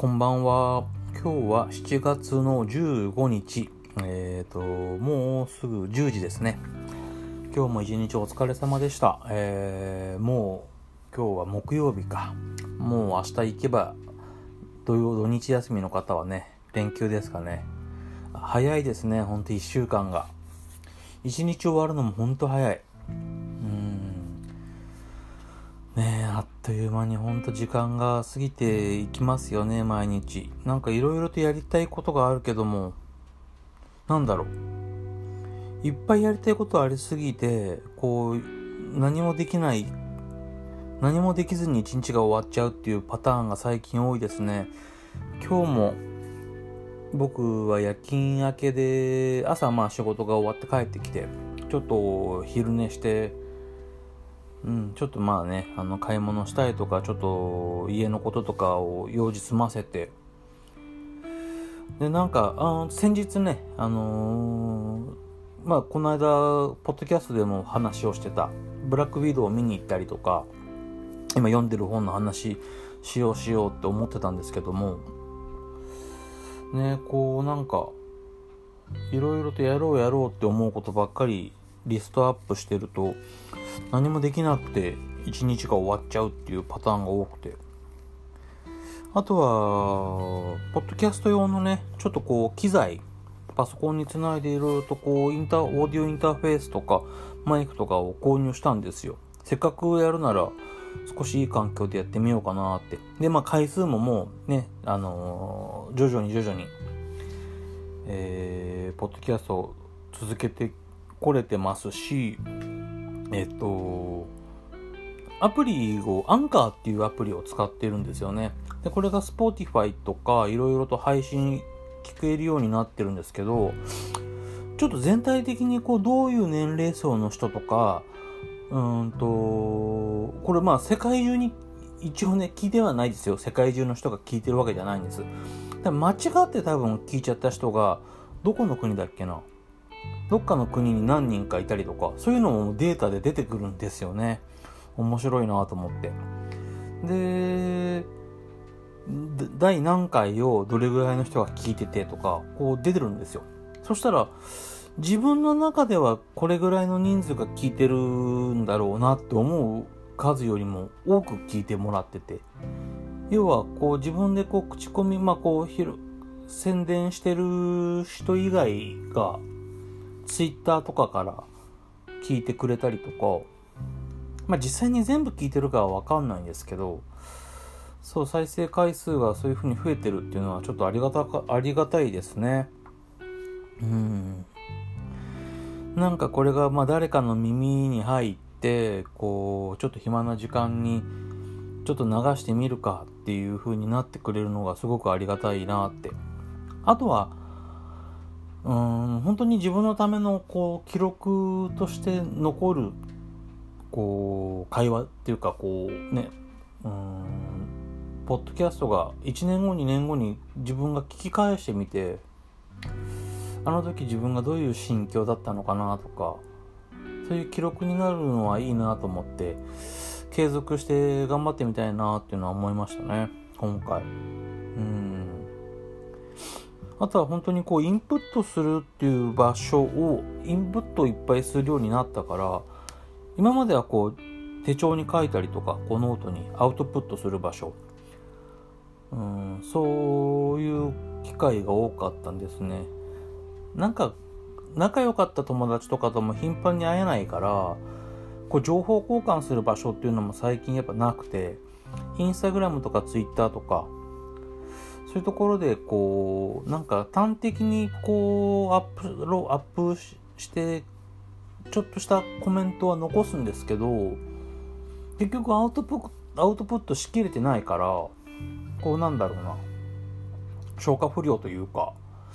こんばんは。今日は7月の15日。もうすぐ10時ですね。今日も一日お疲れ様でした。もう今日は木曜日か。もう明日行けば土日休みの方はね、連休ですかね。早いですね、ほんと1週間が。1日終わるのもほんと早い。ねえ、あっという間にほんと時間が過ぎていきますよね、毎日。なんかいろいろとやりたいことがあるけども、いっぱいやりたいことありすぎて、何もできずに一日が終わっちゃうっていうパターンが最近多いですね。今日も僕は夜勤明けで、朝仕事が終わって帰ってきて、ちょっと昼寝して、ちょっと買い物したりとか、ちょっと家のこととかを用事済ませて、で、先日ね、この間、ポッドキャストでも話をしてた、ブラックウィドウを見に行ったりとか、今読んでる本の話しようって思ってたんですけども、ね、いろいろとやろうって思うことばっかりリストアップしてると、何もできなくて一日が終わっちゃうっていうパターンが多くて、あとはポッドキャスト用のね、ちょっと機材、パソコンにつないでいろいろとオーディオインターフェースとかマイクとかを購入したんですよ。せっかくやるなら少しいい環境でやってみようかなって。で、回数ももうね、徐々にポッドキャストを続けてこれてますし、アプリをアンカーっていうアプリを使ってるんですよね。で、これが Spotify とかいろいろと配信聞けるようになってるんですけど、ちょっと全体的にどういう年齢層の人とか、これ世界中に一応ね、聞いてはないですよ。世界中の人が聞いてるわけじゃないんです。間違って多分聞いちゃった人が、どこの国だっけな、どっかの国に何人かいたりとか、そういうのもデータで出てくるんですよね。面白いなと思って。で、第何回をどれぐらいの人が聞いててとか、出てるんですよ。そしたら、自分の中ではこれぐらいの人数が聞いてるんだろうなって思う数よりも多く聞いてもらってて、要は自分で口コミ、宣伝してる人以外がツイッターとかから聞いてくれたりとか、実際に全部聞いてるかは分かんないんですけど、そう、再生回数がそういう風に増えてるっていうのはちょっとありがたいですね。これが誰かの耳に入ってちょっと暇な時間にちょっと流してみるかっていう風になってくれるのがすごくありがたいなって。あとは本当に自分のための記録として残る会話っていうかポッドキャストが1年後2年後に自分が聞き返してみて、あの時自分がどういう心境だったのかなとか、そういう記録になるのはいいなと思って継続して頑張ってみたいなっていうのは思いましたね、今回。あとは本当にインプットするっていう場所をインプットいっぱいするようになったから、今までは手帳に書いたりとかノートにアウトプットする場所、そういう機会が多かったんですね。仲良かった友達とかとも頻繁に会えないから、情報交換する場所っていうのも最近やっぱなくて、インスタグラムとかツイッターとかそういうところで端的にアップしてちょっとしたコメントは残すんですけど、結局アウトプットしきれてないから、消化不良というか、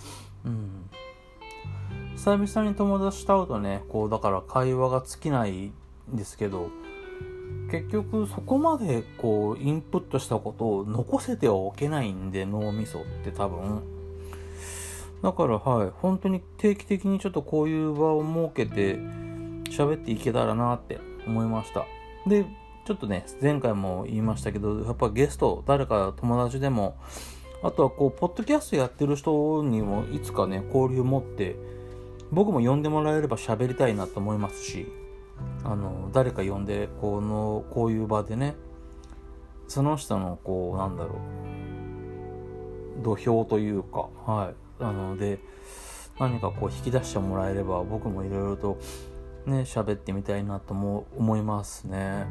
久々に友達と会うとね、だから会話が尽きないんですけど、結局そこまでインプットしたことを残せてはおけないんで、脳みそって多分。だから本当に定期的にちょっとこういう場を設けて喋っていけたらなって思いました。で、ちょっとね、前回も言いましたけど、やっぱゲスト、誰か友達でもあとはこうポッドキャストやってる人にもいつかね交流持って僕も呼んでもらえれば喋りたいなと思いますし、誰か呼んでこういう場でね、その人のこうなんだろう土俵というか、はい、で何かこう引き出してもらえれば僕もいろいろとね喋ってみたいなとも思いますね。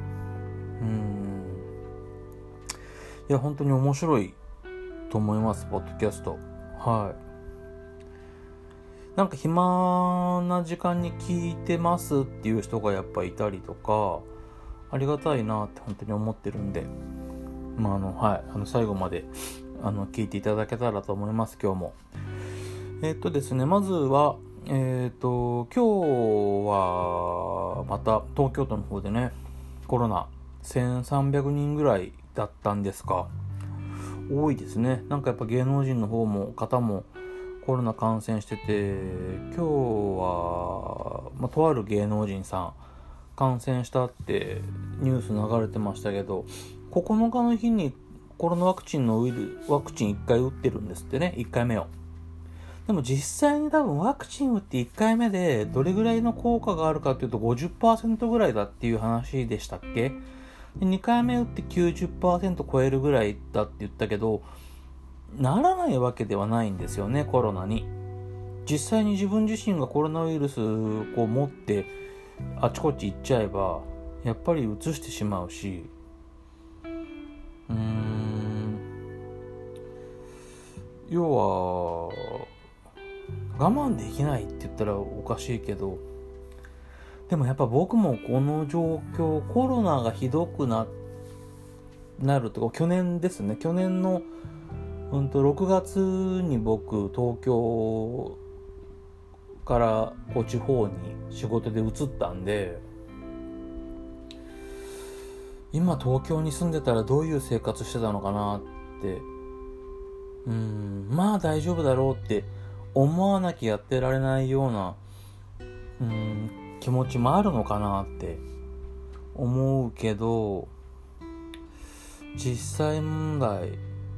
いや本当に面白いと思いますポッドキャスト。はい。なんか暇な時間に聞いてますっていう人がやっぱいたりとか、ありがたいなって本当に思ってるんで、はい、最後まで聞いていただけたらと思います。今日もですね、まずは今日はまた東京都の方でねコロナ1300人ぐらいだったんですか。多いですね。なんかやっぱ芸能人の方もコロナ感染してて、今日は、とある芸能人さん感染したってニュース流れてましたけど、9日の日にコロナワクチン1回打ってるんですってね、1回目を。でも実際に多分ワクチン打って1回目でどれぐらいの効果があるかっていうと 50% ぐらいだっていう話でしたっけ。で2回目打って 90% 超えるぐらいだって言ったけど、ならないわけではないんですよね、コロナに。実際に自分自身がコロナウイルスを持ってあちこち行っちゃえばやっぱり移してしまうし、要は我慢できないって言ったらおかしいけど、でもやっぱ僕もこの状況、コロナがひどくなるとか、去年ですね、去年の6月に僕東京から地方に仕事で移ったんで、今東京に住んでたらどういう生活してたのかなって、まあ大丈夫だろうって思わなきゃやってられないような気持ちもあるのかなって思うけど、実際問題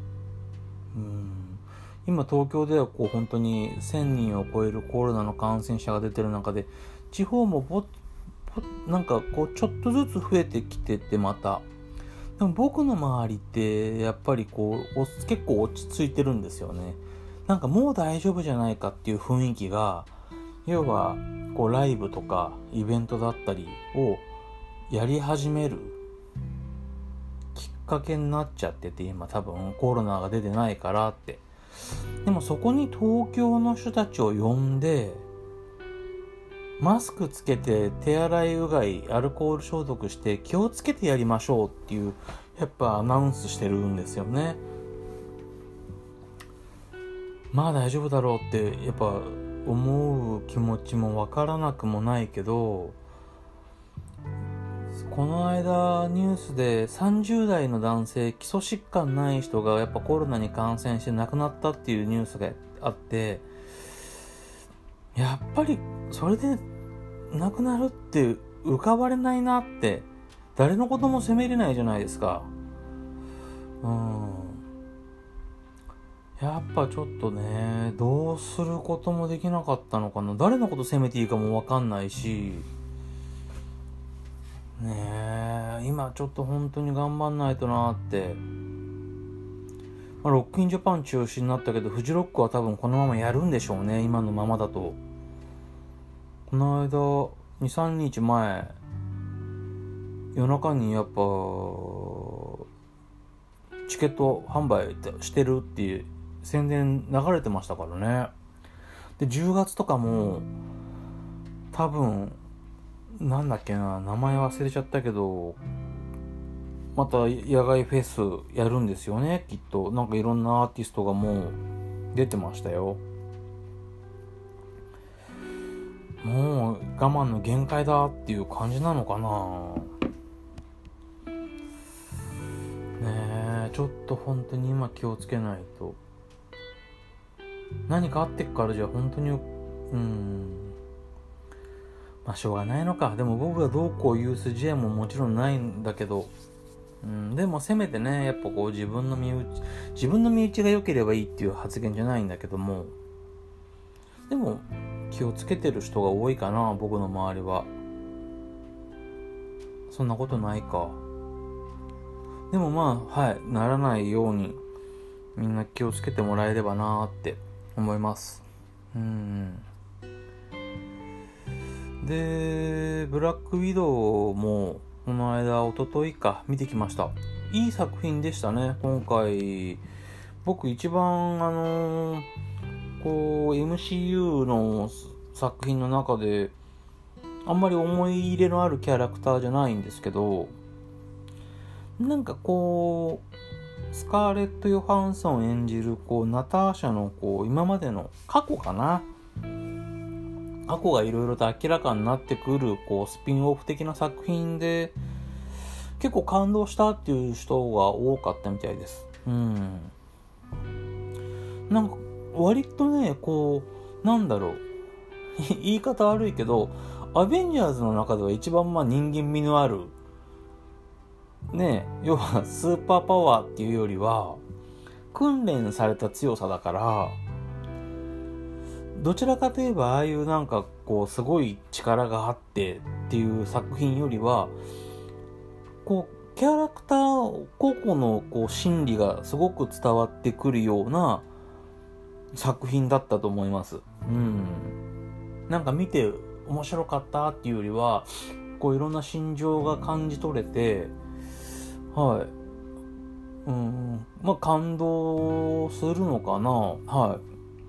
今東京では本当に1000人を超えるコロナの感染者が出てる中で、地方もなんかちょっとずつ増えてきてて、またでも僕の周りってやっぱり結構落ち着いてるんですよね。なんかもう大丈夫じゃないかっていう雰囲気が、要はライブとかイベントだったりをやり始めるきっかけになっちゃってて、今多分コロナが出てないからって。でもそこに東京の人たちを呼んでマスクつけて手洗いうがいアルコール消毒して気をつけてやりましょうっていうやっぱアナウンスしてるんですよね。まあ大丈夫だろうってやっぱ思う気持ちもわからなくもないけど、この間ニュースで30代の男性、基礎疾患ない人がやっぱコロナに感染して亡くなったっていうニュースがあって、やっぱりそれで亡くなるって浮かばれないなって、誰のことも責めれないじゃないですか。やっぱちょっとね、どうすることもできなかったのかな。誰のこと責めていいかもわかんないしねえ、今ちょっと本当に頑張んないとなって。ロックインジャパン中止になったけど、フジロックは多分このままやるんでしょうね、今のままだと。この間 2,3 日前、夜中にやっぱチケット販売してるっていう宣伝流れてましたからね。で10月とかも多分なんだっけな、名前忘れちゃったけど、また野外フェスやるんですよね、きっと。なんかいろんなアーティストがもう出てましたよ。もう我慢の限界だっていう感じなのかな。ねえ、ちょっと本当に今気をつけないと。何かあってっからじゃ本当にしょうがないのか。でも僕がどうこう言う筋合いももちろんないんだけど、 でもせめてね、やっぱこう自分の身内が良ければいいっていう発言じゃないんだけども、でも気をつけてる人が多いかな、僕の周りは。そんなことないか。でもならないようにみんな気をつけてもらえればなって思います。で、ブラックウィドウもこの間一昨日か見てきました。いい作品でしたね。今回僕一番MCU の作品の中であんまり思い入れのあるキャラクターじゃないんですけど、なんかこうスカーレット・ヨハンソン演じるナターシャの今までの過去かな、過去がいろいろと明らかになってくるスピンオフ的な作品で結構感動したっていう人が多かったみたいです。なんか割とねなんだろう言い方悪いけど、アベンジャーズの中では一番人間味のあるね、要はスーパーパワーっていうよりは訓練された強さだから、どちらかといえばああいうすごい力があってっていう作品よりはキャラクター個々の心理がすごく伝わってくるような作品だったと思います。なんか見て面白かったっていうよりはいろんな心情が感じ取れて、感動するのかな。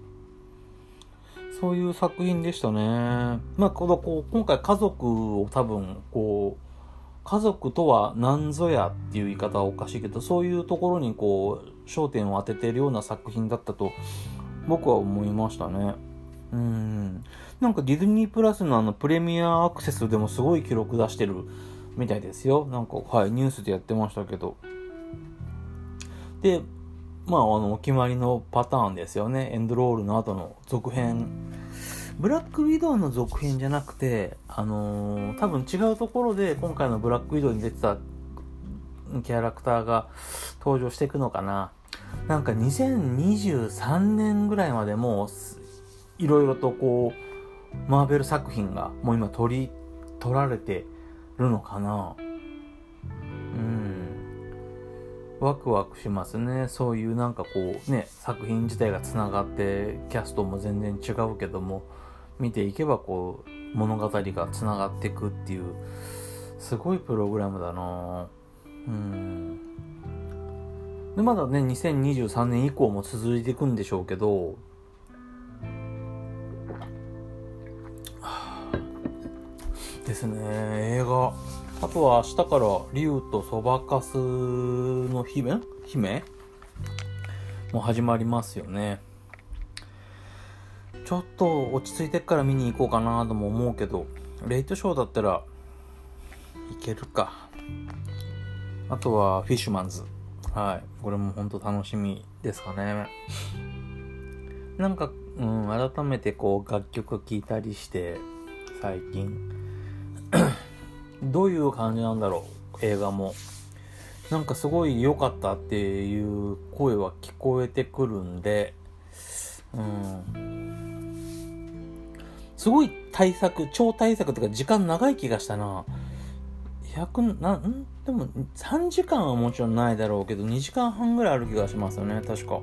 そういう作品でしたね。今回家族を多分家族とは何ぞやっていう言い方はおかしいけど、そういうところに焦点を当てているような作品だったと僕は思いましたね。なんかディズニープラスのプレミアアクセスでもすごい記録出してるみたいですよ。ニュースでやってましたけど。で、お決まりのパターンですよね。エンドロールの後の続編。ブラックウィドウの続編じゃなくて、多分違うところで今回のブラックウィドウに出てたキャラクターが登場していくのかな。なんか2023年ぐらいまでもいろいろとマーベル作品がもう今取られてるのかな。ワクワクしますね。そういう作品自体がつながってキャストも全然違うけども、見ていけば物語がつながっていくっていうすごいプログラムだな。でまだね2023年以降も続いていくんでしょうけど、ですね。映画、あとは明日から竜とそばかすの姫もう始まりますよね。ちょっと落ち着いてから見に行こうかなとも思うけど、レイトショーだったらいけるか。あとはフィッシュマンズ、これも本当楽しみですかね。改めて楽曲聴いたりして最近どういう感じなんだろう。映画もすごい良かったっていう声は聞こえてくるんで、すごい超大作とか時間長い気がしたな。でも3時間はもちろんないだろうけど2時間半ぐらいある気がしますよね、確か。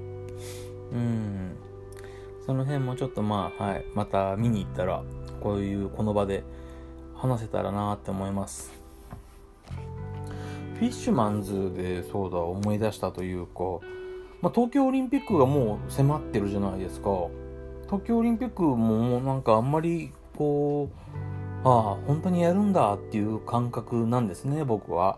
その辺もちょっとまた見に行ったらこの場で話せたらなって思います。フィッシュマンズで思い出したというか、東京オリンピックがもう迫ってるじゃないですか。東京オリンピックももうあんまり本当にやるんだっていう感覚なんですね、僕は。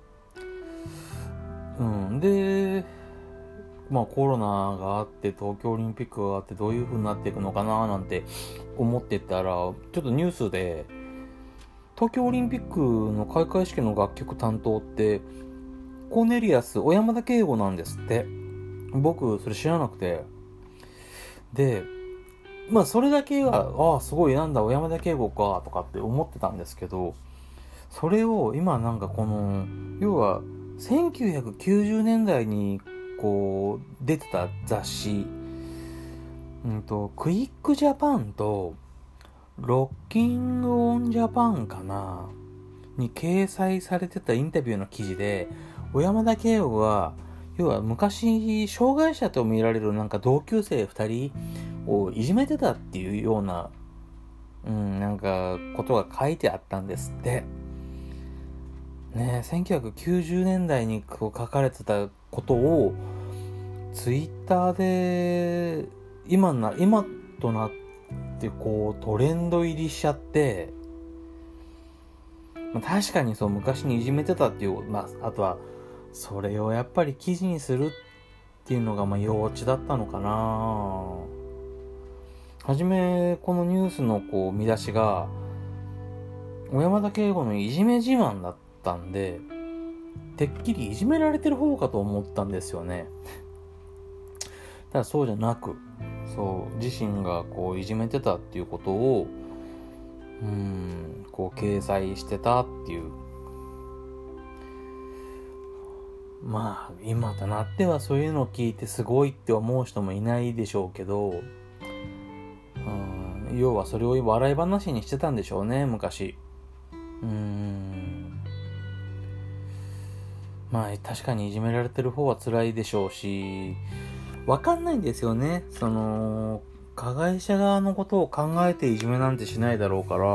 でコロナがあって東京オリンピックがあってどういう風になっていくのかななんて思ってたら、ちょっとニュースで東京オリンピックの開会式の楽曲担当ってコーネリアス小山田圭吾なんですって。僕それ知らなくて、でそれだけはすごい小山田圭吾かとかって思ってたんですけど、それを今要は 1990年代にこう出てた雑誌、クイックジャパンとロッキングオンジャパンかなに掲載されてたインタビューの記事で、小山田圭吾が要は昔障害者と見られるなんか同級生2人をいじめてたっていうような、なんかことが書いてあったんですってね。1990年代にこう書かれてたことをツイッターで今となってこうトレンド入りしちゃって、確かにそう昔にいじめてたっていう、あとはそれをやっぱり記事にするっていうのが幼稚だったのかな。はじめこのニュースのこう見出しが小山田圭吾のいじめ自慢だったんで、てっきりいじめられてる方かと思ったんですよね。ただそうじゃなく、そう自身がこういじめてたっていうことをこう掲載してたっていう。今となってはそういうのを聞いてすごいって思う人もいないでしょうけど、要はそれを笑い話にしてたんでしょうね、昔。確かにいじめられてる方は辛いでしょうし、わかんないんですよね。その加害者側のことを考えていじめなんてしないだろうから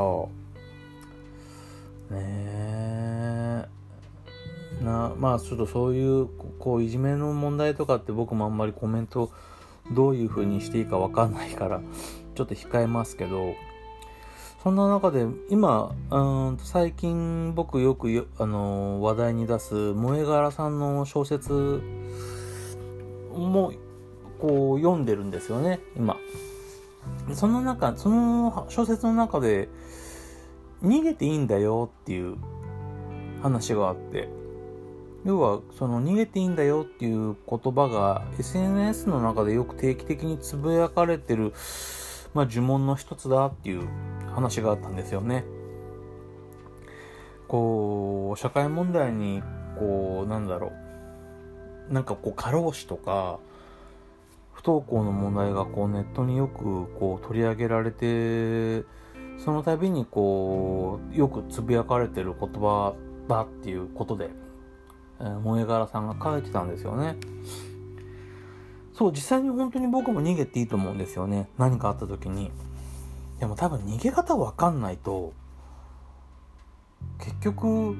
ね。ちょっとそういうこういじめの問題とかって僕もあんまりコメントどういう風にしていいかわかんないからちょっと控えますけど、そんな中で今最近僕よく話題に出す萌え柄さんの小説もこう読んでるんですよね今。その小説の中で逃げていいんだよっていう話があって、要はその逃げていいんだよっていう言葉が SNS の中でよく定期的につぶやかれてる、呪文の一つだっていう話があったんですよね。こう社会問題にこうなんかこう過労死とか不登校の問題がこうネットによくこう取り上げられて、その度にこうよくつぶやかれてる言葉だっていうことで、萌え柄さんが書いてたんですよね。そう実際に本当に僕も逃げていいと思うんですよね、何かあった時に。でも多分逃げ方わかんないと結局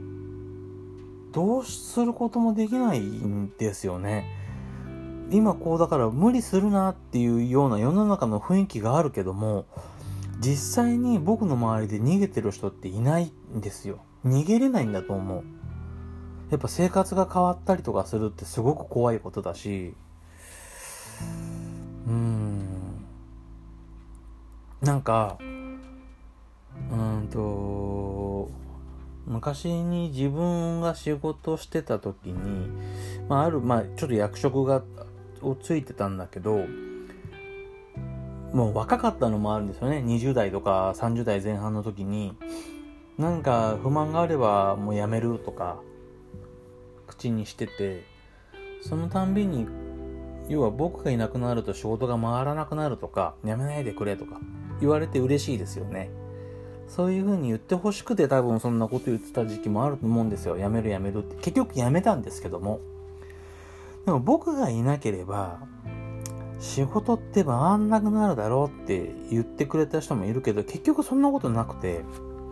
どうすることもできないんですよね。今こうだから無理するなっていうような世の中の雰囲気があるけども、実際に僕の周りで逃げてる人っていないんですよ。逃げれないんだと思う。やっぱ生活が変わったりとかするってすごく怖いことだし、なんか昔に自分が仕事してた時に、ちょっと役職をついてたんだけど、もう若かったのもあるんですよね。20代とか30代前半の時になんか不満があればもう辞めるとか口にしてて、そのたんびに要は僕がいなくなると仕事が回らなくなるとか、辞めないでくれとか言われて嬉しいですよね。そういう風に言ってほしくて多分そんなこと言ってた時期もあると思うんですよ。辞めるって。結局辞めたんですけども、でも僕がいなければ仕事って回んなくなるだろうって言ってくれた人もいるけど、結局そんなことなくて、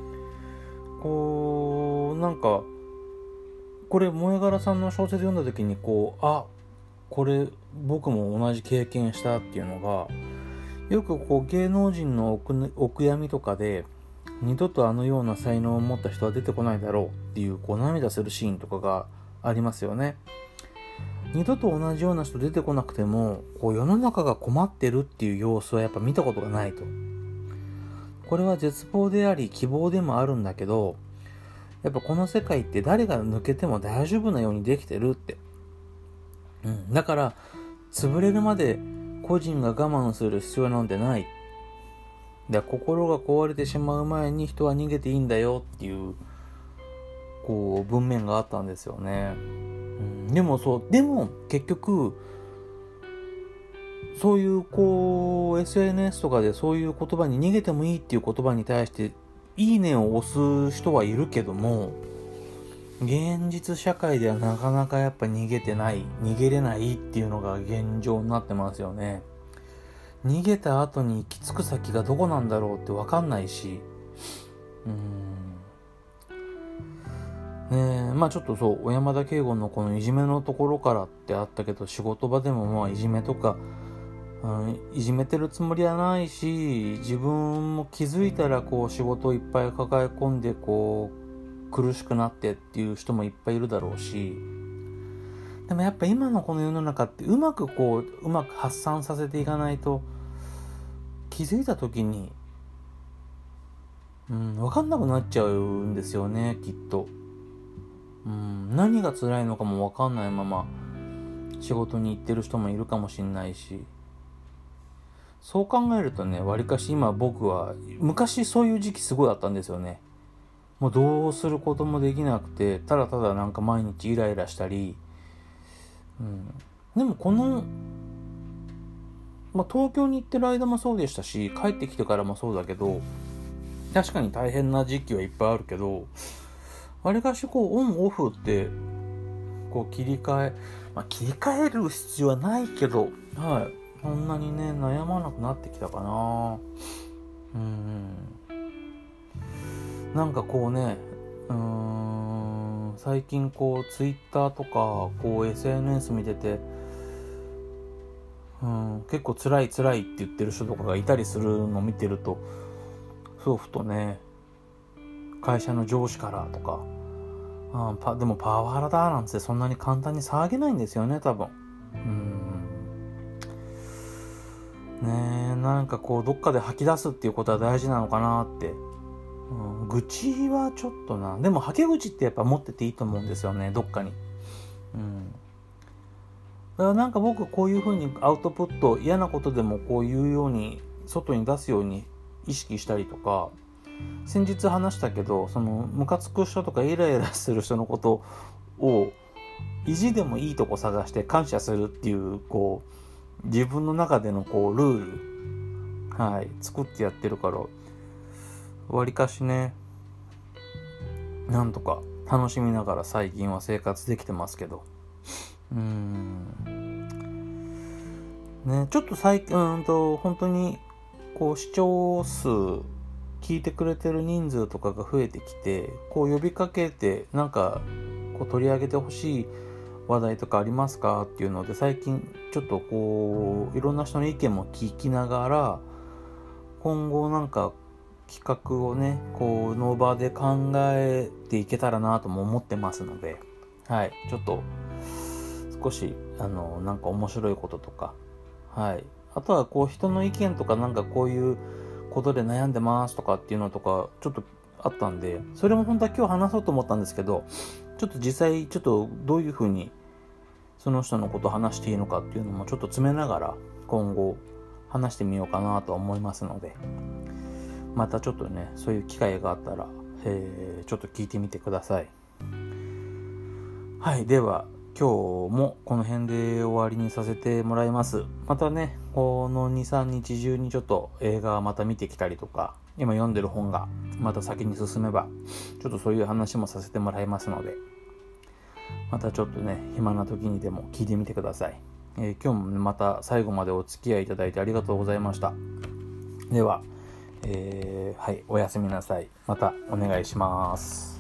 これ萌え柄さんの小説読んだ時にこれ僕も同じ経験したっていうのが、よくこう芸能人のお悔やみとかで二度とあのような才能を持った人は出てこないだろうっていう涙するシーンとかがありますよね。二度と同じような人出てこなくても世の中が困ってるっていう様子はやっぱ見たことがないと。これは絶望であり希望でもあるんだけど、やっぱこの世界って誰が抜けても大丈夫なようにできてるって。だから潰れるまで個人が我慢する必要なんてない。心が壊れてしまう前に人は逃げていいんだよっていう、 こう文面があったんですよね。でも結局そういうこう SNS とかでそういう言葉に逃げてもいいっていう言葉に対していいねを押す人はいるけども、現実社会ではなかなかやっぱ逃げれないっていうのが現状になってますよね。逃げた後に行き着く先がどこなんだろうって分かんないし、ちょっと小山田圭吾のこのいじめのところからってあったけど、仕事場でもいじめとか、いじめてるつもりはないし、自分も気づいたらこう仕事をいっぱい抱え込んでこう苦しくなってっていう人もいっぱいいるだろうし、でもやっぱ今のこの世の中ってうまく発散させていかないと、気づいた時に分かんなくなっちゃうんですよね、きっと。何が辛いのかも分かんないまま仕事に行ってる人もいるかもしれないし、そう考えるとね、わりかし今僕は、昔そういう時期すごいあったんですよね。もうどうすることもできなくて、ただただなんか毎日イライラしたり、でもこの、東京に行ってる間もそうでしたし、帰ってきてからもそうだけど、確かに大変な時期はいっぱいあるけど、わりかしこうオンオフってこう切り替える必要はないけど、そんなにね悩まなくなってきたかな。なんかこうね、最近こうツイッターとかこう SNS 見てて、結構辛いって言ってる人とかがいたりするのを見てると、ふとね、会社の上司からとか、でもパワハラだなんてそんなに簡単に騒げないんですよね、多分。なんかこうどっかで吐き出すっていうことは大事なのかなって。愚痴はちょっとな。でも吐け口ってやっぱ持ってていいと思うんですよね、どっかに。だからなんか僕こういう風にアウトプット、嫌なことでもこう言うように外に出すように意識したりとか、先日話したけど、そのムカつく人とかイライラする人のことを意地でもいいとこ探して感謝するっていうこう自分の中でのこうルール作ってやってるから、わりかしねなんとか楽しみながら最近は生活できてますけど、ちょっと最近本当にこう視聴数聞いてくれてる人数とかが増えてきて、こう呼びかけてなんかこう取り上げてほしい話題とかありますかっていうので、最近ちょっとこういろんな人の意見も聞きながら、今後なんか企画をねこうの場で考えていけたらなとも思ってますので、ちょっと少しなんか面白いこととか、あとはこう人の意見とか、なんかこういうことで悩んでますとかっていうのとかちょっとあったんで、それも本当は今日話そうと思ったんですけど、ちょっと実際ちょっとどういうふうにその人のことを話していいのかっていうのもちょっと詰めながら今後話してみようかなと思いますので、またちょっとねそういう機会があったら、ちょっと聞いてみてください。では今日もこの辺で終わりにさせてもらいます。またねこの 2,3 日中にちょっと映画また見てきたりとか、今読んでる本がまた先に進めばちょっとそういう話もさせてもらいますので、またちょっとね暇な時にでも聞いてみてください。今日もまた最後までお付き合いいただいてありがとうございました。では、おやすみなさい。またお願いします。